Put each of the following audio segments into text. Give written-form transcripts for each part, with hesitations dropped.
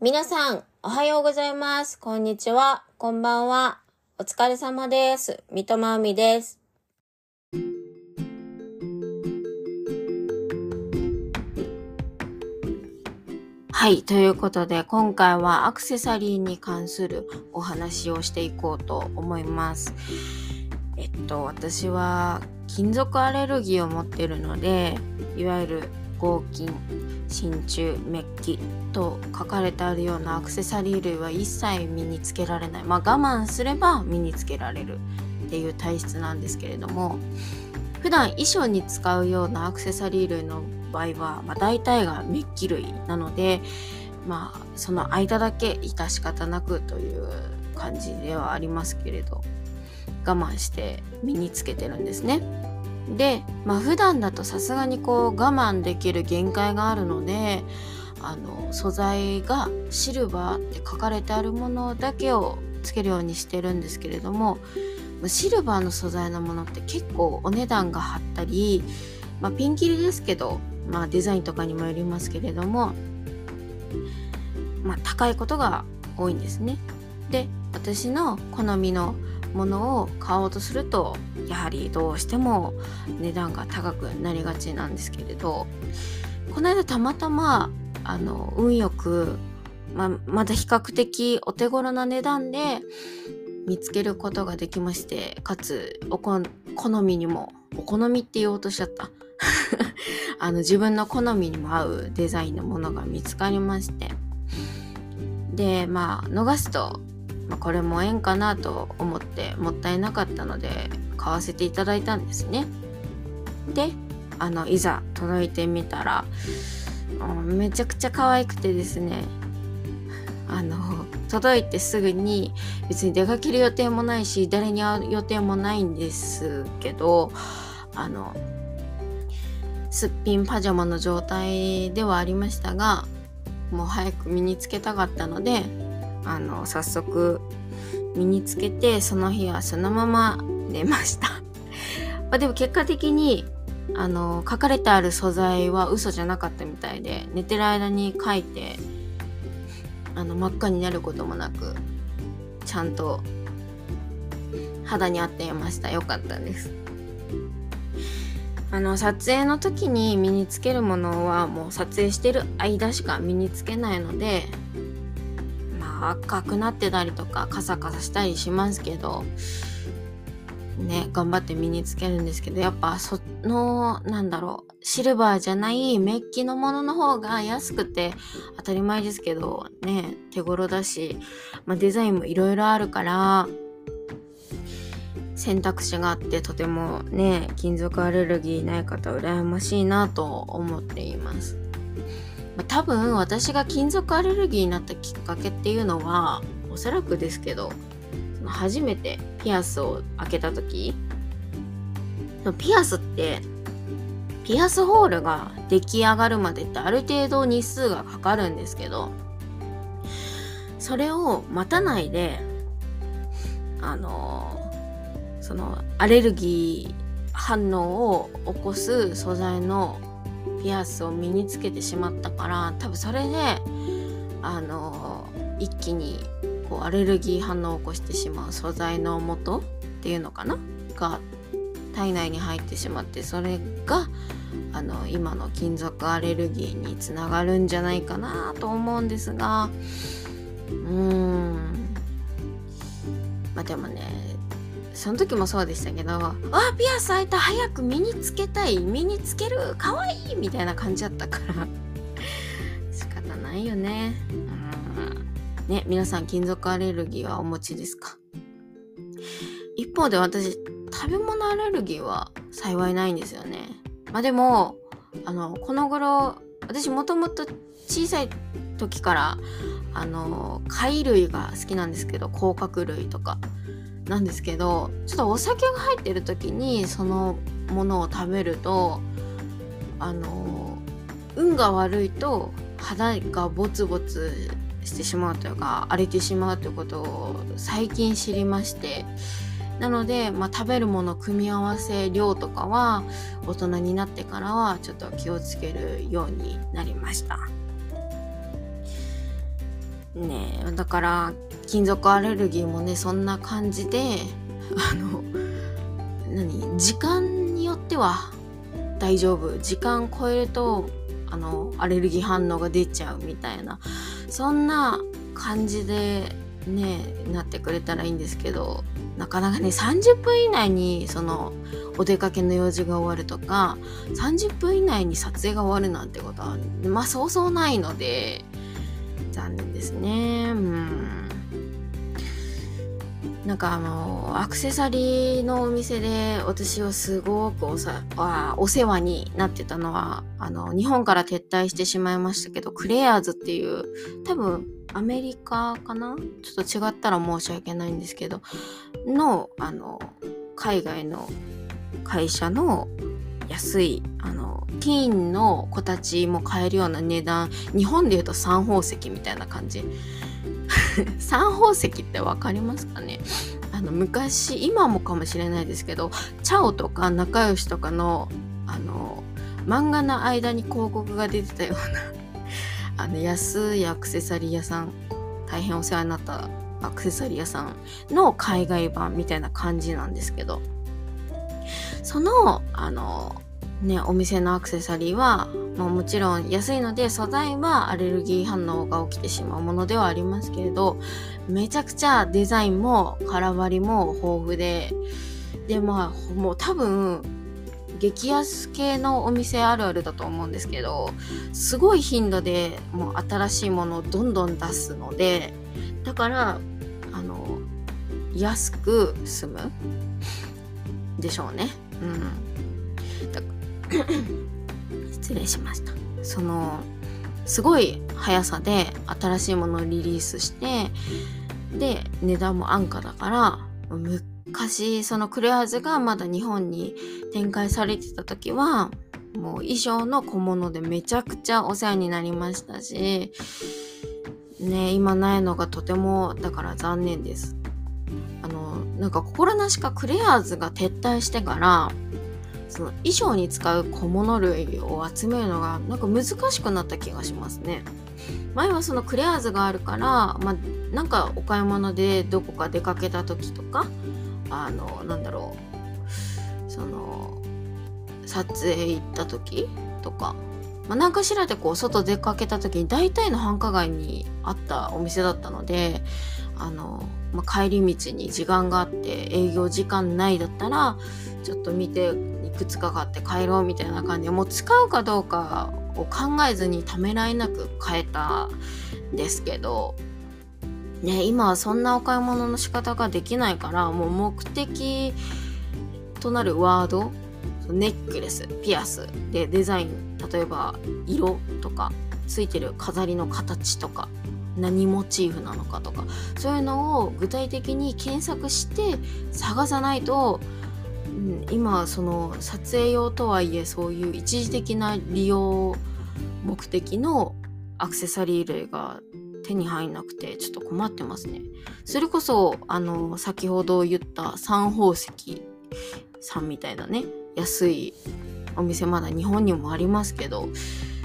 皆さん、おはようございます。こんにちは。こんばんは。お疲れ様です。三笘海です。はい、ということで、今回はアクセサリーに関するお話をしていこうと思います。私は金属アレルギーを持っているので、いわゆる合金、真鍮、メッキと書かれてあるようなアクセサリー類は一切身につけられない。我慢すれば身につけられるっていう体質なんですけれども、普段衣装に使うようなアクセサリー類の場合は、大体がメッキ類なので、その間だけ致し方なくという感じではありますけれど、我慢して身につけてるんですね。で、普段だとさすがに我慢できる限界があるので、素材がシルバーって書かれてあるものだけをつけるようにしてるんですけれども、シルバーの素材のものって結構お値段が張ったり、ピンキリですけど、デザインとかにもよりますけれども、高いことが多いんですね。で、私の好みのものを買おうとすると、やはりどうしても値段が高くなりがちなんですけれど、この間たまたま運よく、まだ比較的お手頃な値段で見つけることができまして、かつ好みにも、お好みって言おうとしちゃった自分の好みにも合うデザインのものが見つかりまして、で逃すとこれも縁かなと思ってもったいなかったので買わせていただいたんですね。でいざ届いてみたらめちゃくちゃ可愛くてですね、届いてすぐに別に出かける予定もないし誰に会う予定もないんですけど、すっぴんパジャマの状態ではありましたが、もう早く身につけたかったので早速身につけて、その日はそのまま寝ましたでも結果的に書かれてある素材は嘘じゃなかったみたいで、寝てる間に書いて真っ赤になることもなくちゃんと肌に合っていました。よかったです。撮影の時に身につけるものはもう撮影してる間しか身につけないので、赤くなってたりとかカサカサしたりしますけどね、頑張って身につけるんですけど、やっぱシルバーじゃないメッキのものの方が安くて当たり前ですけどね、手頃だし、デザインもいろいろあるから選択肢があって、とてもね、金属アレルギーない方羨ましいなと思っています。多分私が金属アレルギーになったきっかけっていうのは、おそらくですけど、初めてピアスを開けた時、ピアスってピアスホールが出来上がるまでってある程度日数がかかるんですけど、それを待たないでそのアレルギー反応を起こす素材のピアスを身につけてしまったから、多分それで一気にアレルギー反応を起こしてしまう素材の元っていうのかなが体内に入ってしまって、それが今の金属アレルギーにつながるんじゃないかなと思うんですが、でもね、その時もそうでしたけど、ピアス開いた、早く身につけたい、身につける、かわいいみたいな感じだったから仕方ないよね。ね、皆さん金属アレルギーはお持ちですか？一方で私、食べ物アレルギーは幸いないんですよね。でもこの頃、私もともと小さい時から貝類が好きなんですけど、甲殻類とかなんですけど、ちょっとお酒が入ってる時にそのものを食べると運が悪いと肌がボツボツしてしまうというか荒れてしまうということを最近知りまして、なので、食べるもの組み合わせ量とかは大人になってからはちょっと気をつけるようになりました。 ねだから金属アレルギーもねそんな感じで時間によっては大丈夫、時間超えるとアレルギー反応が出ちゃうみたいな、そんな感じでねなってくれたらいいんですけど、なかなかね30分以内にそのお出かけの用事が終わるとか30分以内に撮影が終わるなんてことはそうそうないので残念ですね。なんかアクセサリーのお店で私はすごくお世話になってたのは日本から撤退してしまいましたけど、クレアーズっていう多分アメリカかな、ちょっと違ったら申し訳ないんですけどの海外の会社の安いティーンの子たちも買えるような値段、日本でいうと三宝石みたいな感じ三宝石ってわかりますかね。昔、今もかもしれないですけど、チャオとか仲良しとかの漫画の間に広告が出てたような安いアクセサリー屋さん、大変お世話になったアクセサリー屋さんの海外版みたいな感じなんですけど、そのお店のアクセサリーは、もちろん安いので素材はアレルギー反応が起きてしまうものではありますけれど、めちゃくちゃデザインも柄張りも豊富でもう多分激安系のお店あるあるだと思うんですけど、すごい頻度でもう新しいものをどんどん出すので、だから安く済むでしょうね。失礼しました。すごい速さで新しいものをリリースして、で値段も安価だから、昔そのクレアーズがまだ日本に展開されてた時はもう衣装の小物でめちゃくちゃお世話になりましたしね、今ないのがとてもだから残念です。なんか心なしかクレアーズが撤退してからその衣装に使う小物類を集めるのがなんか難しくなった気がしますね。前はそのクレアーズがあるから、なんかお買い物でどこか出かけた時とかその撮影行った時とか、何かしらで外出かけた時に大体の繁華街にあったお店だったので、帰り道に時間があって営業時間ないだったらちょっと見ていくつか買って帰ろうみたいな感じで、もう使うかどうかを考えずにためらいなく買えたんですけどね、今はそんなお買い物の仕方ができないから、もう目的となるワード、ネックレス、ピアスでデザイン、例えば色とかついてる飾りの形とか何モチーフなのかとか、そういうのを具体的に検索して探さないと、今その撮影用とはいえそういう一時的な利用目的のアクセサリー類が手に入んなくてちょっと困ってますね。それこそ先ほど言った三宝石さんみたいなね安いお店まだ日本にもありますけど、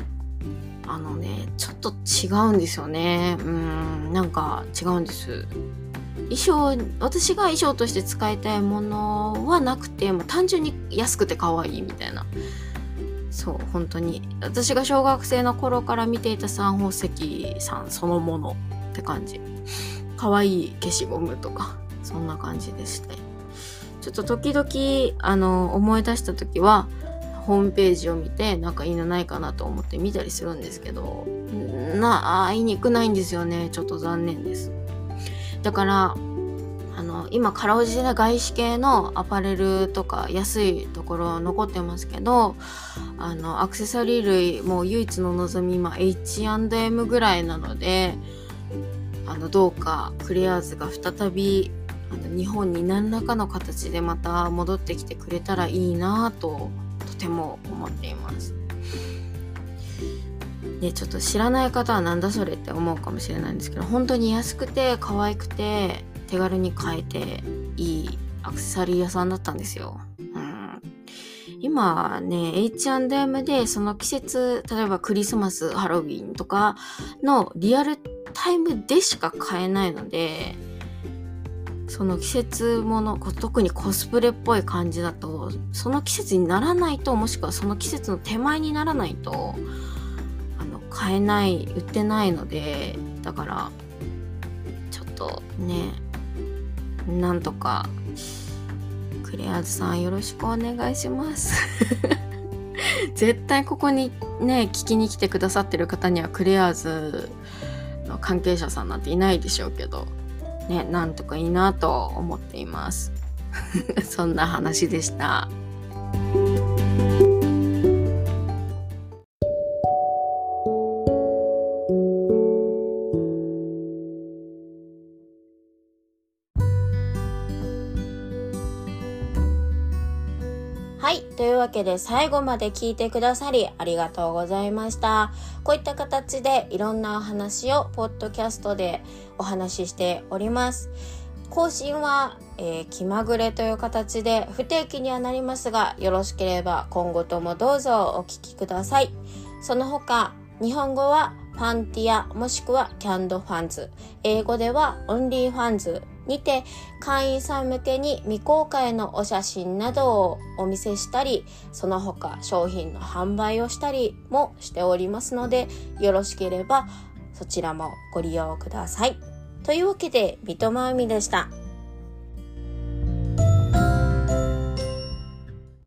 ちょっと違うんですよね。なんか違うんです。私が衣装として使いたいものはなくて、もう単純に安くて可愛いみたいな。そう、本当に私が小学生の頃から見ていた三宝石さんそのものって感じ。可愛い消しゴムとかそんな感じでした。ちょっと時々思い出した時はホームページを見てなんかいいのないかなと思って見たりするんですけど、言いにくないんですよね。ちょっと残念です。だから今かろうじて外資系のアパレルとか安いところ残ってますけど、アクセサリー類もう唯一の望み今 H&M ぐらいなので、どうかクレアーズが再び日本に何らかの形でまた戻ってきてくれたらいいなととても思っています。でちょっと知らない方はなんだそれって思うかもしれないんですけど、本当に安くて可愛くて手軽に買えていいアクセサリー屋さんだったんですよ。今ね H&M でその季節、例えばクリスマス、ハロウィンとかのリアルタイムでしか買えないので、その季節もの、特にコスプレっぽい感じだと、その季節にならないと、もしくはその季節の手前にならないと買えない、売ってないので、だからちょっとね、なんとかクレアーズさんよろしくお願いします絶対ここにね聞きに来てくださってる方にはクレアーズの関係者さんなんていないでしょうけどね、なんとかいいなと思っていますそんな話でした。はい。というわけで最後まで聞いてくださりありがとうございました。こういった形でいろんなお話をポッドキャストでお話ししております。更新は、気まぐれという形で不定期にはなりますが、よろしければ今後ともどうぞお聞きください。その他、日本語はパンティアもしくはキャンドファンズ、英語ではオンリーファンズにて会員さん向けに未公開のお写真などをお見せしたり、その他商品の販売をしたりもしておりますので、よろしければそちらもご利用ください。というわけで、三笘海でした。